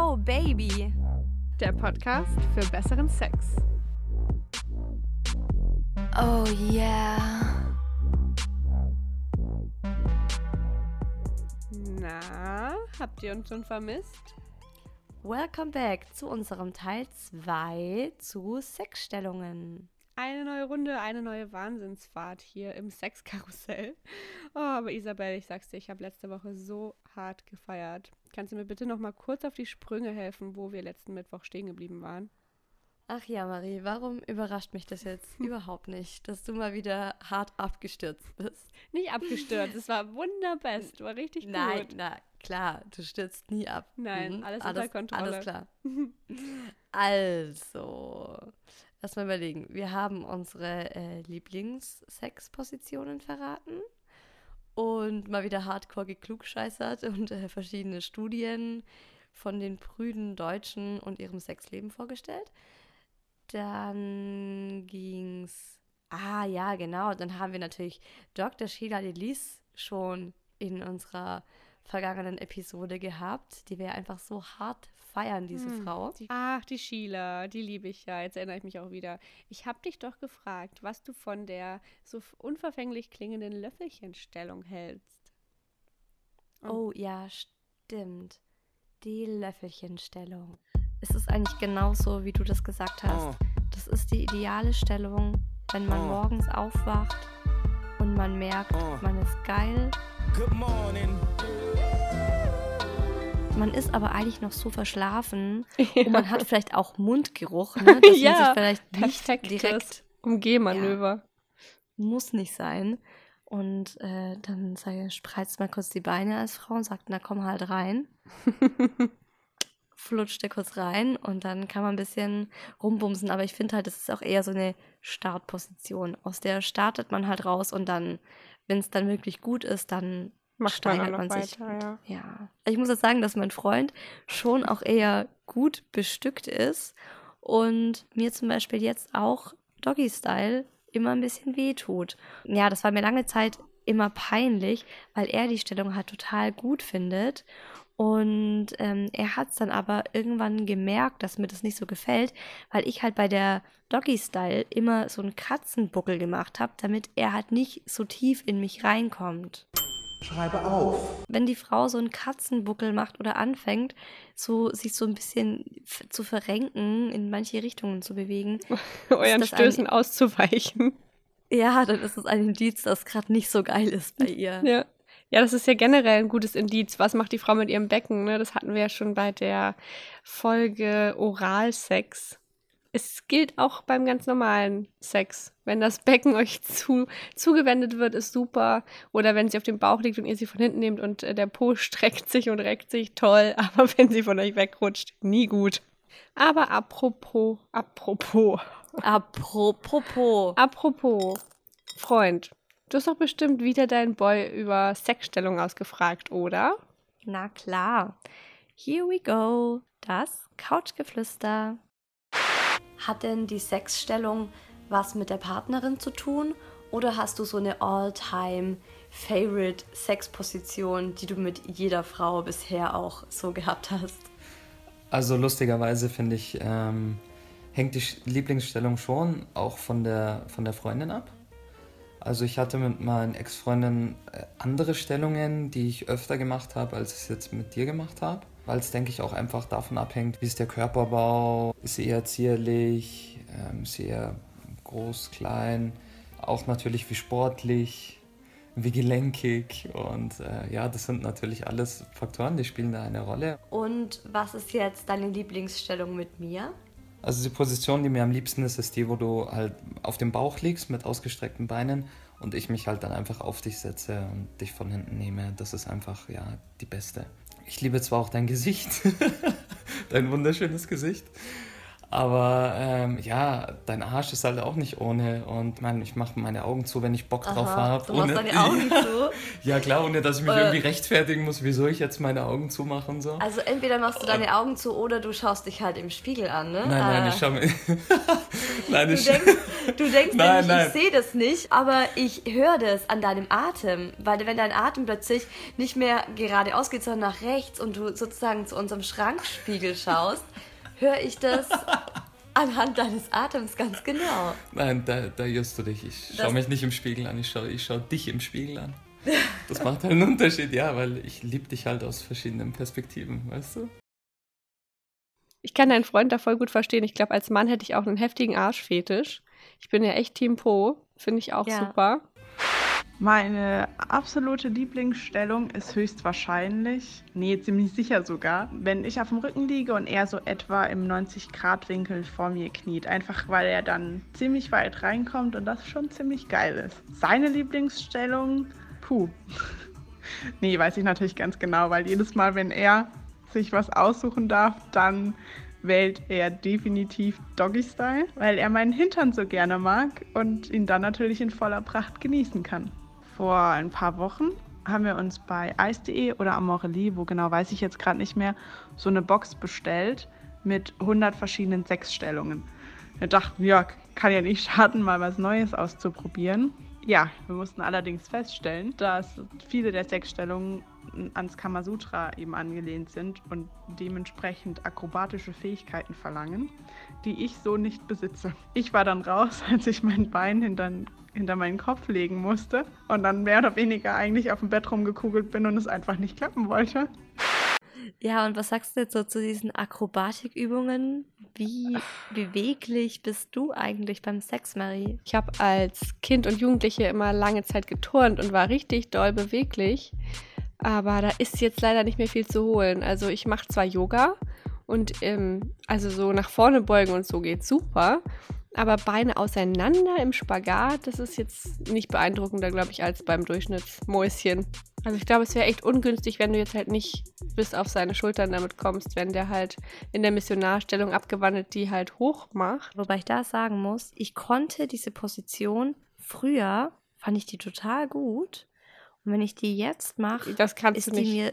Oh Baby, der Podcast für besseren Sex. Oh yeah. Na, habt ihr uns schon vermisst? Welcome back zu unserem Teil 2 zu Sexstellungen. Eine neue Runde, eine neue Wahnsinnsfahrt hier im Sexkarussell. Oh, aber Isabel, ich sag's dir, ich habe letzte Woche so hart gefeiert. Kannst du mir bitte noch mal kurz auf die Sprünge helfen, wo wir letzten Mittwoch stehen geblieben waren? Ach ja, Marie, warum überrascht mich das jetzt überhaupt nicht, dass du mal wieder hart abgestürzt bist? Nicht abgestürzt, es war wunderbest, war richtig gut. Nein, na klar, du stürzt nie ab. Nein, alles unter Kontrolle. Alles klar. Also, lass mal überlegen. Wir haben unsere Lieblings-Sex-Positionen verraten und mal wieder hardcore geklugscheißert und verschiedene Studien von den prüden Deutschen und ihrem Sexleben vorgestellt. Dann ging's, ja genau, dann haben wir natürlich Dr. Sheila Delis schon in unserer vergangenen Episode gehabt, die wir einfach so hart feiern, diese Frau. Die Sheila, die liebe ich ja, jetzt erinnere ich mich auch wieder. Ich habe dich doch gefragt, was du von der so unverfänglich klingenden Löffelchenstellung hältst. Oh ja, stimmt. Die Löffelchenstellung. Es ist eigentlich genauso, wie du das gesagt hast. Das ist die ideale Stellung, wenn man morgens aufwacht und man merkt, man ist geil. Good morning. Man ist aber eigentlich noch so verschlafen und man hat vielleicht auch Mundgeruch, ne, dass man sich vielleicht nicht direkt Umgehmanöver. Muss nicht sein. Und dann spreizt man kurz die Beine als Frau und sagt, na komm halt rein. Flutscht kurz rein und dann kann man ein bisschen rumbumsen. Aber ich finde halt, das ist auch eher so eine Startposition. Aus der startet man halt raus und dann, wenn es dann wirklich gut ist, dann steigert man sich. Weiter, ja. Ich muss jetzt sagen, dass mein Freund schon auch eher gut bestückt ist und mir zum Beispiel jetzt auch Doggy-Style immer ein bisschen wehtut. Ja, das war mir lange Zeit immer peinlich, weil er die Stellung halt total gut findet. Und er hat es dann aber irgendwann gemerkt, dass mir das nicht so gefällt, weil ich halt bei der Doggy-Style immer so einen Katzenbuckel gemacht habe, damit er halt nicht so tief in mich reinkommt. Schreibe auf. Wenn die Frau so einen Katzenbuckel macht oder anfängt, sich so ein bisschen zu verrenken, in manche Richtungen zu bewegen. Euren Stößen auszuweichen. Ja, dann ist es ein Indiz, dass gerade nicht so geil ist bei ihr. Ja, das ist ja generell ein gutes Indiz. Was macht die Frau mit ihrem Becken? Ne? Das hatten wir ja schon bei der Folge Oralsex. Es gilt auch beim ganz normalen Sex. Wenn das Becken euch zugewendet wird, ist super. Oder wenn sie auf dem Bauch liegt und ihr sie von hinten nehmt und der Po streckt sich und reckt sich, toll. Aber wenn sie von euch wegrutscht, nie gut. Aber apropos, Freund, du hast doch bestimmt wieder deinen Boy über Sexstellung ausgefragt, oder? Na klar. Here we go. Das Couchgeflüster. Hat denn die Sexstellung was mit der Partnerin zu tun? Oder hast du so eine All-Time-Favorite-Sexposition, die du mit jeder Frau bisher auch so gehabt hast? Also lustigerweise finde ich, hängt die Lieblingsstellung schon auch von der Freundin ab. Also ich hatte mit meinen Ex-Freundinnen andere Stellungen, die ich öfter gemacht habe, als ich es jetzt mit dir gemacht habe. Weil es, denke ich, auch einfach davon abhängt, wie ist der Körperbau, ist sie eher zierlich, ist sie eher groß, klein, auch natürlich wie sportlich, wie gelenkig und das sind natürlich alles Faktoren, die spielen da eine Rolle. Und was ist jetzt deine Lieblingsstellung mit mir? Also die Position, die mir am liebsten ist die, wo du halt auf dem Bauch liegst mit ausgestreckten Beinen und ich mich halt dann einfach auf dich setze und dich von hinten nehme. Das ist einfach, die beste. Ich liebe zwar auch dein Gesicht, dein wunderschönes Gesicht, Aber ja, dein Arsch ist halt auch nicht ohne. Und ich mache meine Augen zu, wenn ich Bock drauf habe. Du machst deine Augen zu. Ja klar, ohne dass ich mich irgendwie rechtfertigen muss, wieso ich jetzt meine Augen zumache und so. Also entweder machst du deine Augen zu oder du schaust dich halt im Spiegel an, ne? Nein, ich schau mir... Du denkst Nein. nämlich, ich sehe das nicht, aber ich höre das an deinem Atem. Weil wenn dein Atem plötzlich nicht mehr geradeaus geht, sondern nach rechts und du sozusagen zu unserem Schrankspiegel schaust, höre ich das anhand deines Atems ganz genau. Nein, da irrst du dich. Ich schaue mich nicht im Spiegel an, ich schau dich im Spiegel an. Das macht halt einen Unterschied, ja, weil ich liebe dich halt aus verschiedenen Perspektiven, weißt du? Ich kann deinen Freund da voll gut verstehen. Ich glaube, als Mann hätte ich auch einen heftigen Arschfetisch. Ich bin ja echt Team Po. Finde ich auch super. Meine absolute Lieblingsstellung ist höchstwahrscheinlich, ziemlich sicher sogar, wenn ich auf dem Rücken liege und er so etwa im 90-Grad-Winkel vor mir kniet. Einfach weil er dann ziemlich weit reinkommt und das schon ziemlich geil ist. Seine Lieblingsstellung, weiß ich natürlich ganz genau, weil jedes Mal, wenn er sich was aussuchen darf, dann wählt er definitiv Doggy-Style, weil er meinen Hintern so gerne mag und ihn dann natürlich in voller Pracht genießen kann. Vor ein paar Wochen haben wir uns bei Ice.de oder Amorelie, wo genau weiß ich jetzt gerade nicht mehr, so eine Box bestellt mit 100 verschiedenen Sexstellungen. Wir dachten, ja, kann ja nicht schaden, mal was Neues auszuprobieren. Ja, wir mussten allerdings feststellen, dass viele der Sexstellungen ans Kamasutra eben angelehnt sind und dementsprechend akrobatische Fähigkeiten verlangen, die ich so nicht besitze. Ich war dann raus, als ich mein Bein hinter meinen Kopf legen musste und dann mehr oder weniger eigentlich auf dem Bett rumgekugelt bin und es einfach nicht klappen wollte. Ja, und was sagst du jetzt so zu diesen Akrobatikübungen? Wie beweglich bist du eigentlich beim Sex, Marie? Ich habe als Kind und Jugendliche immer lange Zeit geturnt und war richtig doll beweglich. Aber da ist jetzt leider nicht mehr viel zu holen. Also ich mache zwar Yoga und also so nach vorne beugen und so geht super. Aber Beine auseinander im Spagat, das ist jetzt nicht beeindruckender, glaube ich, als beim Durchschnittsmäuschen. Also ich glaube, es wäre echt ungünstig, wenn du jetzt halt nicht bis auf seine Schultern damit kommst, wenn der halt in der Missionarstellung abgewandelt die halt hoch macht. Wobei ich da sagen muss, ich konnte diese Position früher, fand ich die total gut. Und wenn ich die jetzt mache, ist die mir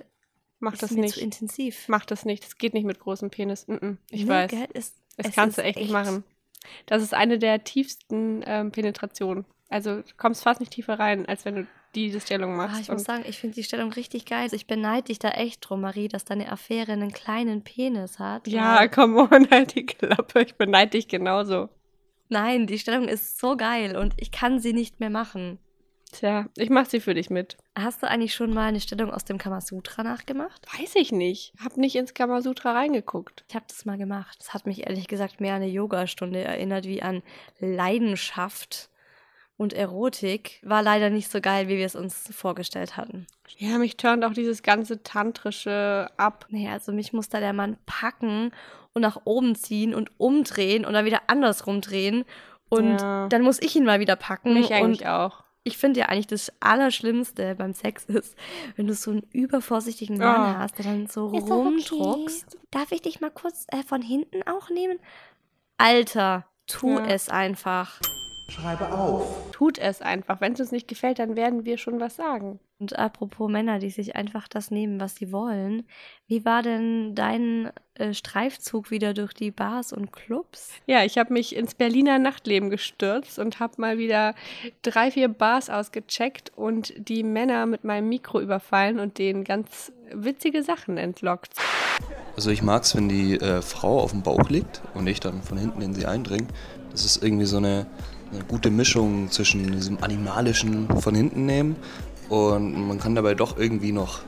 zu intensiv. Mach das nicht, das geht nicht mit großem Penis. Ich weiß. Das kannst du echt nicht machen. Das ist eine der tiefsten Penetrationen. Also du kommst fast nicht tiefer rein, als wenn du diese Stellung machst. Ich muss sagen, ich finde die Stellung richtig geil. Also ich beneide dich da echt drum, Marie, dass deine Affäre einen kleinen Penis hat. Ja, come on, halt die Klappe. Ich beneide dich genauso. Nein, die Stellung ist so geil und ich kann sie nicht mehr machen. Tja, ich mach sie für dich mit. Hast du eigentlich schon mal eine Stellung aus dem Kamasutra nachgemacht? Weiß ich nicht. Hab nicht ins Kamasutra reingeguckt. Ich habe das mal gemacht. Das hat mich ehrlich gesagt mehr an eine Yogastunde erinnert wie an Leidenschaft und Erotik. War leider nicht so geil, wie wir es uns vorgestellt hatten. Ja, mich turnt auch dieses ganze Tantrische ab. Naja, also mich muss da der Mann packen und nach oben ziehen und umdrehen und dann wieder andersrum drehen. Und dann muss ich ihn mal wieder packen. Mich eigentlich auch. Ich finde ja eigentlich das Allerschlimmste beim Sex ist, wenn du so einen übervorsichtigen Mann hast, der dann so rumdruckst. Okay. Darf ich dich mal kurz von hinten auch nehmen? Alter, tu es einfach. Schreibe auf. Tut es einfach. Wenn es uns nicht gefällt, dann werden wir schon was sagen. Und apropos Männer, die sich einfach das nehmen, was sie wollen. Wie war denn dein Streifzug wieder durch die Bars und Clubs? Ja, ich habe mich ins Berliner Nachtleben gestürzt und habe mal wieder 3-4 Bars ausgecheckt und die Männer mit meinem Mikro überfallen und denen ganz witzige Sachen entlockt. Also ich mag es, wenn die Frau auf dem Bauch liegt und ich dann von hinten in sie eindringe. Das ist irgendwie so eine gute Mischung zwischen diesem Animalischen von hinten nehmen und man kann dabei doch irgendwie noch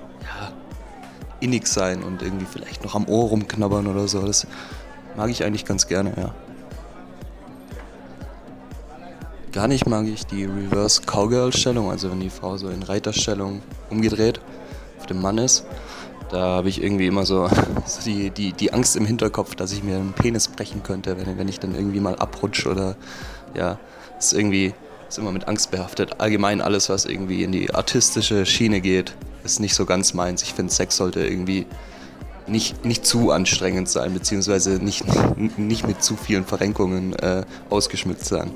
innig sein und irgendwie vielleicht noch am Ohr rumknabbern oder so. Das mag ich eigentlich ganz gerne, ja. Gar nicht mag ich die Reverse Cowgirl-Stellung, also wenn die Frau so in Reiterstellung umgedreht auf dem Mann ist. Da habe ich irgendwie immer so die Angst im Hinterkopf, dass ich mir einen Penis brechen könnte, wenn ich dann irgendwie mal abrutsche oder ist immer mit Angst behaftet. Allgemein alles, was irgendwie in die artistische Schiene geht, ist nicht so ganz meins. Ich finde, Sex sollte irgendwie nicht zu anstrengend sein, beziehungsweise nicht mit zu vielen Verrenkungen ausgeschmückt sein.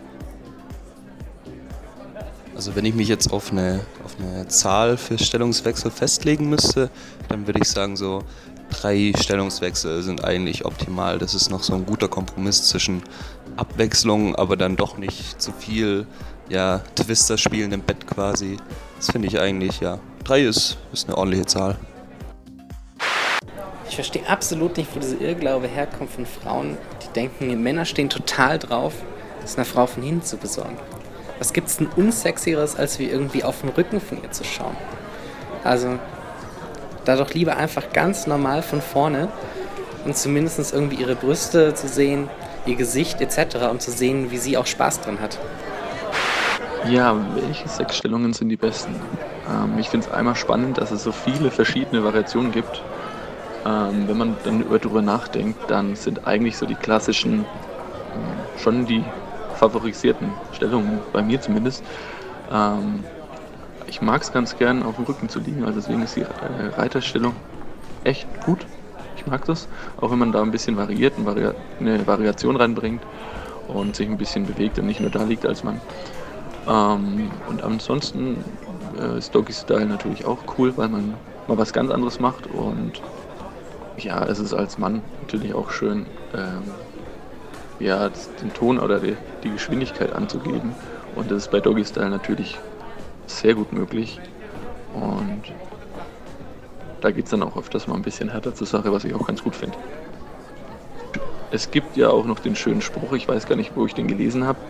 Also wenn ich mich jetzt auf eine Zahl für Stellungswechsel festlegen müsste, dann würde ich sagen, so 3 Stellungswechsel sind eigentlich optimal. Das ist noch so ein guter Kompromiss zwischen Abwechslung, aber dann doch nicht zu viel, ja, Twister spielen im Bett quasi. Das finde ich eigentlich, ja, 3 ist eine ordentliche Zahl. Ich verstehe absolut nicht, wo dieser Irrglaube herkommt von Frauen, die denken, Männer stehen total drauf, das einer Frau von hinten zu besorgen. Was gibt's denn Unsexieres, als wie irgendwie auf den Rücken von ihr zu schauen? Also, da doch lieber einfach ganz normal von vorne und zumindest irgendwie ihre Brüste zu sehen, ihr Gesicht etc., um zu sehen, wie sie auch Spaß dran hat. Ja, welche Sexstellungen sind die besten? Ich finde es einmal spannend, dass es so viele verschiedene Variationen gibt. Wenn man dann darüber nachdenkt, dann sind eigentlich so die klassischen schon die favorisierten Stellungen, bei mir zumindest. Ich mag es ganz gern, auf dem Rücken zu liegen, also deswegen ist die Reiterstellung echt gut. Ich mag das, auch wenn man da ein bisschen variiert, eine Variation reinbringt und sich ein bisschen bewegt und nicht nur da liegt als Mann. Und ansonsten ist Doggy Style natürlich auch cool, weil man mal was ganz anderes macht und ja, es ist als Mann natürlich auch schön, den Ton oder die Geschwindigkeit anzugeben. Und das ist bei Doggy Style natürlich sehr gut möglich. Und da geht es dann auch öfters mal ein bisschen härter zur Sache, was ich auch ganz gut finde. Es gibt ja auch noch den schönen Spruch, ich weiß gar nicht, wo ich den gelesen habe.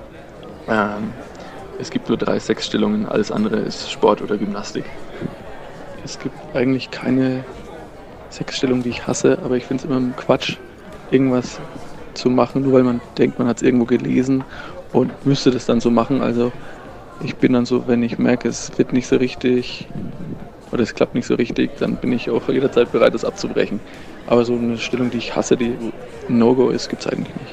Es gibt nur 3 Sexstellungen, alles andere ist Sport oder Gymnastik. Es gibt eigentlich keine Sexstellung, die ich hasse, aber ich finde es immer Quatsch, irgendwas zu machen, nur weil man denkt, man hat es irgendwo gelesen und müsste das dann so machen. Also ich bin dann so, wenn ich merke, es wird nicht so richtig oder es klappt nicht so richtig, dann bin ich auch jederzeit bereit, das abzubrechen. Aber so eine Stellung, die ich hasse, die ein No-Go ist, gibt es eigentlich nicht.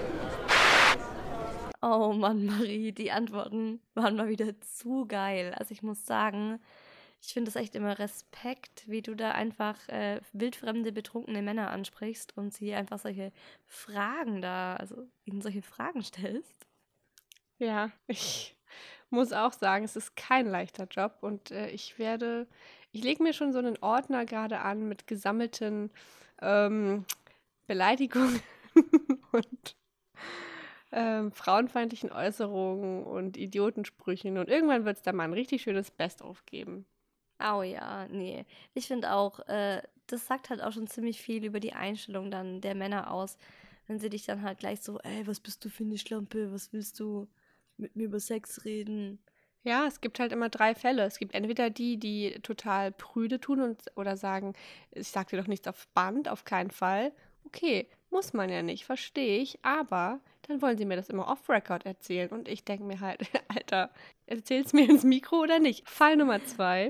Oh Mann, Marie, die Antworten waren mal wieder zu geil. Also ich muss sagen, ich finde es echt immer Respekt, wie du da einfach wildfremde, betrunkene Männer ansprichst und sie einfach solche Fragen ihnen solche Fragen stellst. Ja, ich muss auch sagen, es ist kein leichter Job und ich lege mir schon so einen Ordner gerade an mit gesammelten Beleidigungen und frauenfeindlichen Äußerungen und Idiotensprüchen und irgendwann wird es da mal ein richtig schönes Best-of geben. Oh ja, nee. Ich finde auch, das sagt halt auch schon ziemlich viel über die Einstellung dann der Männer aus, wenn sie dich dann halt gleich so, ey, was bist du für eine Schlampe, was willst du mit mir über Sex reden? Ja, es gibt halt immer 3 Fälle. Es gibt entweder die total prüde tun oder sagen, ich sag dir doch nichts auf Band, auf keinen Fall. Okay, muss man ja nicht, verstehe ich, aber dann wollen sie mir das immer off-Record erzählen und ich denke mir halt, Alter, erzähl's mir ins Mikro oder nicht? Fall Nummer 2.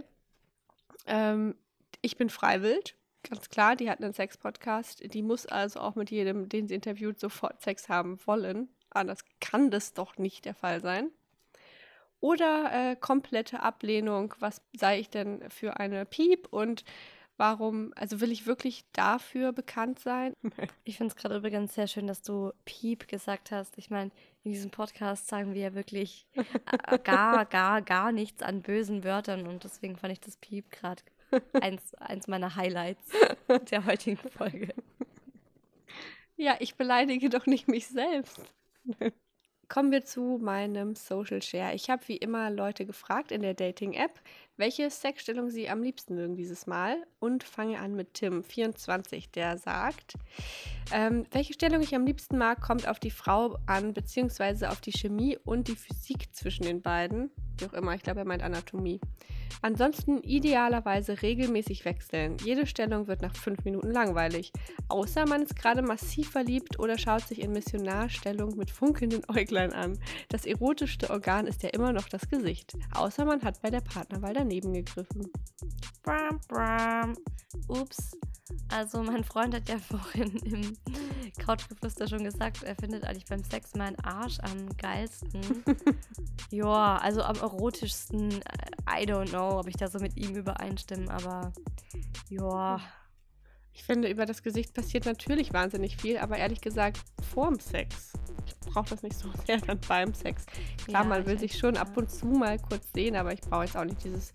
Ich bin freiwillig, ganz klar, die hat einen Sex-Podcast, die muss also auch mit jedem, den sie interviewt, sofort Sex haben wollen. Anders kann das doch nicht der Fall sein. Oder komplette Ablehnung, was sei ich denn für eine Piep und warum, also will ich wirklich dafür bekannt sein? Ich finde es gerade übrigens sehr schön, dass du Piep gesagt hast. Ich meine, in diesem Podcast sagen wir ja wirklich gar nichts an bösen Wörtern und deswegen fand ich das Piep gerade eins meiner Highlights der heutigen Folge. Ja, ich beleidige doch nicht mich selbst. Kommen wir zu meinem Social Share. Ich habe wie immer Leute gefragt in der Dating-App, welche Sexstellung sie am liebsten mögen dieses Mal und fange an mit Tim24, der sagt, welche Stellung ich am liebsten mag, kommt auf die Frau an, beziehungsweise auf die Chemie und die Physik zwischen den beiden. Wie auch immer, ich glaube, er meint Anatomie. Ansonsten idealerweise regelmäßig wechseln. Jede Stellung wird nach 5 Minuten langweilig. Außer man ist gerade massiv verliebt oder schaut sich in Missionarstellung mit funkelnden Äuglein an. Das erotischste Organ ist ja immer noch das Gesicht. Außer man hat bei der Partnerwahl daneben gegriffen. Bram, bram. Ups. Also mein Freund hat ja vorhin im Couchgeflüster schon gesagt, er findet eigentlich beim Sex meinen Arsch am geilsten. Ja, also am erotischsten. I don't know, ob ich da so mit ihm übereinstimme, aber ja. Ich finde, über das Gesicht passiert natürlich wahnsinnig viel, aber ehrlich gesagt, vorm Sex. Ich brauche das nicht so sehr dann beim Sex. Klar, Ja, man will ich sich echt, schon ja. ab und zu mal kurz sehen, aber ich brauche jetzt auch nicht dieses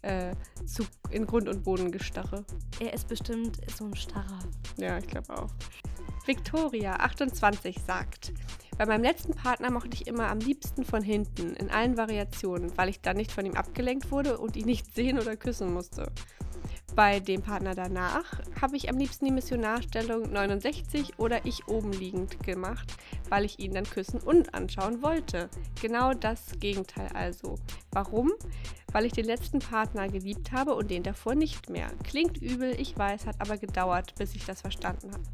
in Grund und Boden Gestache. Er ist bestimmt so ein Starrer. Ja, ich glaube auch. Victoria, 28, sagt: Bei meinem letzten Partner mochte ich immer am liebsten von hinten, in allen Variationen, weil ich dann nicht von ihm abgelenkt wurde und ihn nicht sehen oder küssen musste. Bei dem Partner danach habe ich am liebsten die Missionarstellung 69 oder ich oben liegend gemacht, weil ich ihn dann küssen und anschauen wollte. Genau das Gegenteil also. Warum? Weil ich den letzten Partner geliebt habe und den davor nicht mehr. Klingt übel, ich weiß, hat aber gedauert, bis ich das verstanden habe.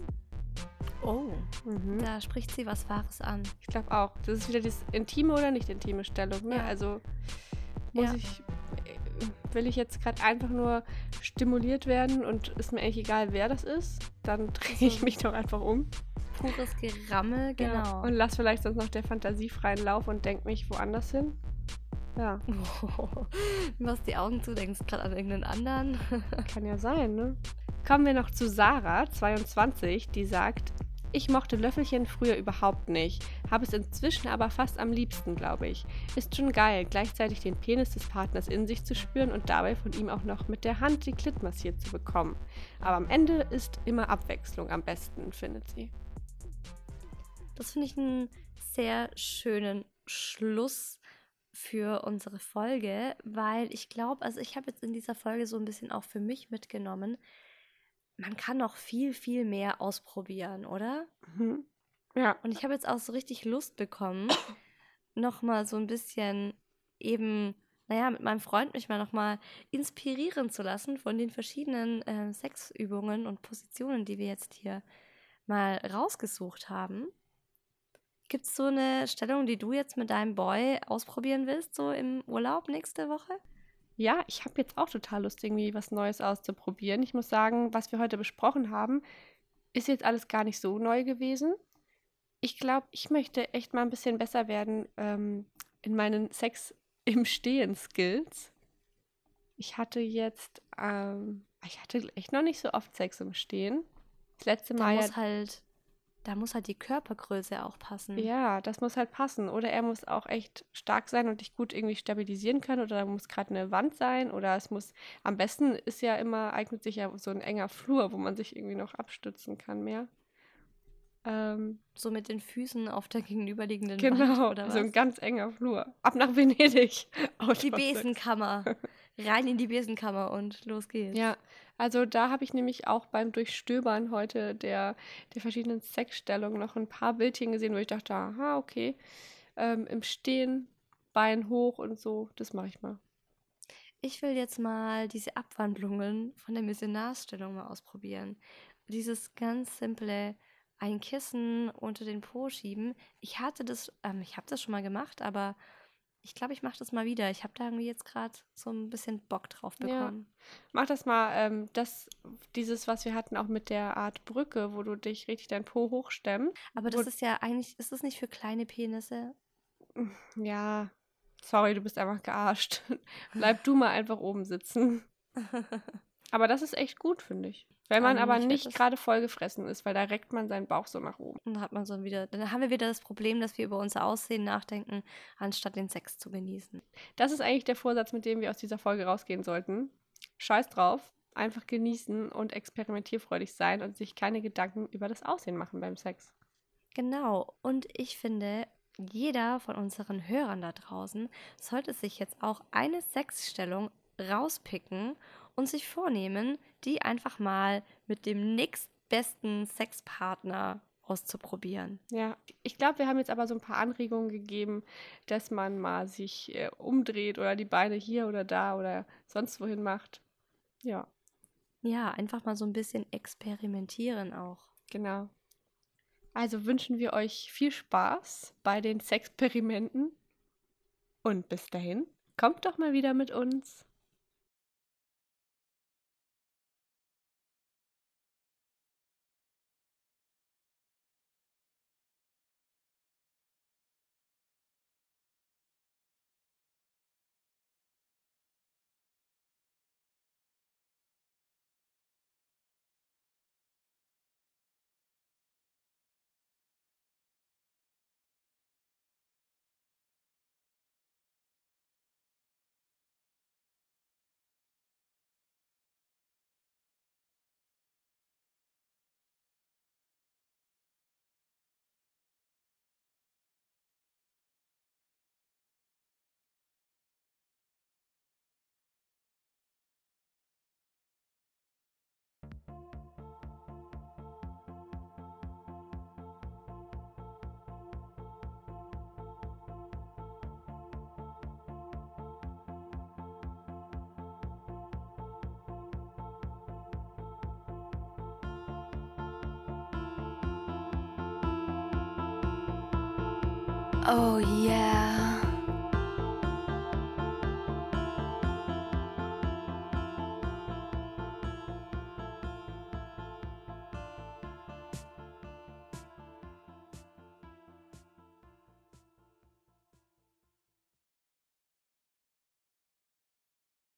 Oh, da spricht sie was Wahres an. Ich glaube auch. Das ist wieder das intime oder nicht intime Stellung. Ne? Ja. Also Ja. will ich jetzt gerade einfach nur stimuliert werden und ist mir eigentlich egal, wer das ist, dann drehe ich mich doch einfach um. Pures Gerammel, genau. Ja, und lass vielleicht sonst noch der Fantasie freien Lauf und denk mich woanders hin. Ja, Du machst die Augen zu, denkst gerade an irgendeinen anderen. kann ja sein, ne? Kommen wir noch zu Sarah, 22, die sagt: Ich mochte Löffelchen früher überhaupt nicht, habe es inzwischen aber fast am liebsten, glaube ich. Ist schon geil, gleichzeitig den Penis des Partners in sich zu spüren und dabei von ihm auch noch mit der Hand die Klit massiert zu bekommen. Aber am Ende ist immer Abwechslung am besten, findet sie. Das finde ich einen sehr schönen Schluss für unsere Folge, weil ich glaube, also ich habe jetzt in dieser Folge so ein bisschen auch für mich mitgenommen, man kann noch viel, viel mehr ausprobieren, oder? Mhm. Ja. Und ich habe jetzt auch so richtig Lust bekommen, nochmal so ein bisschen eben, mit meinem Freund mich mal nochmal inspirieren zu lassen von den verschiedenen Sexübungen und Positionen, die wir jetzt hier mal rausgesucht haben. Gibt es so eine Stellung, die du jetzt mit deinem Boy ausprobieren willst, so im Urlaub nächste Woche? Ja, ich habe jetzt auch total Lust, irgendwie was Neues auszuprobieren. Ich muss sagen, was wir heute besprochen haben, ist jetzt alles gar nicht so neu gewesen. Ich glaube, ich möchte echt mal ein bisschen besser werden in meinen Sex im Stehen-Skills. Ich hatte echt noch nicht so oft Sex im Stehen. Das letzte Da Mal muss halt die Körpergröße auch passen. ja, das muss halt passen. Oder er muss auch echt stark sein und dich gut irgendwie stabilisieren können. Oder da muss gerade eine Wand sein. Oder es muss, am besten eignet sich ja so ein enger Flur, wo man sich irgendwie noch abstützen kann mehr. So mit den Füßen auf der gegenüberliegenden Genau, Wand, oder was? so ein ganz enger Flur. Ab nach Venedig. Die Outdoor-Sex. Besenkammer. Rein in die Besenkammer und los geht's. Ja, also da habe ich nämlich auch beim Durchstöbern heute der verschiedenen Sexstellungen noch ein paar Bildchen gesehen, wo ich dachte, aha, okay, im Stehen, Bein hoch und so, das mache ich mal. Ich will jetzt mal diese Abwandlungen von der Missionarsstellung mal ausprobieren. Dieses ganz simple ein Kissen unter den Po schieben. Ich habe das schon mal gemacht, aber ich glaube, ich mache das mal wieder. Ich habe da irgendwie jetzt gerade so ein bisschen Bock drauf bekommen. Mach das mal, dieses, was wir hatten, auch mit der Art Brücke, wo du dich richtig dein Po hochstemmst. Aber das ist ja eigentlich, ist das nicht für kleine Penisse? Ja, sorry, du bist einfach gearscht. Bleib du mal einfach oben sitzen. Aber das ist echt gut, finde ich. Wenn man aber Ich werd nicht das- gerade vollgefressen ist, weil da reckt man seinen Bauch so nach oben. Und dann haben wir wieder das Problem, dass wir über unser Aussehen nachdenken, anstatt den Sex zu genießen. Das ist eigentlich der Vorsatz, mit dem wir aus dieser Folge rausgehen sollten. Scheiß drauf, einfach genießen und experimentierfreudig sein und sich keine Gedanken über das Aussehen machen beim Sex. Genau. Und ich finde, jeder von unseren Hörern da draußen sollte sich jetzt auch eine Sexstellung rauspicken und sich vornehmen, die einfach mal mit dem nächstbesten Sexpartner auszuprobieren. Ja, ich glaube, wir haben jetzt aber so ein paar Anregungen gegeben, dass man mal sich umdreht oder die Beine hier oder da oder sonst wohin macht. Ja, Ja, einfach mal so ein bisschen experimentieren auch. genau. Also wünschen wir euch viel Spaß bei den Sexperimenten und bis dahin, kommt doch mal wieder mit uns. Oh yeah.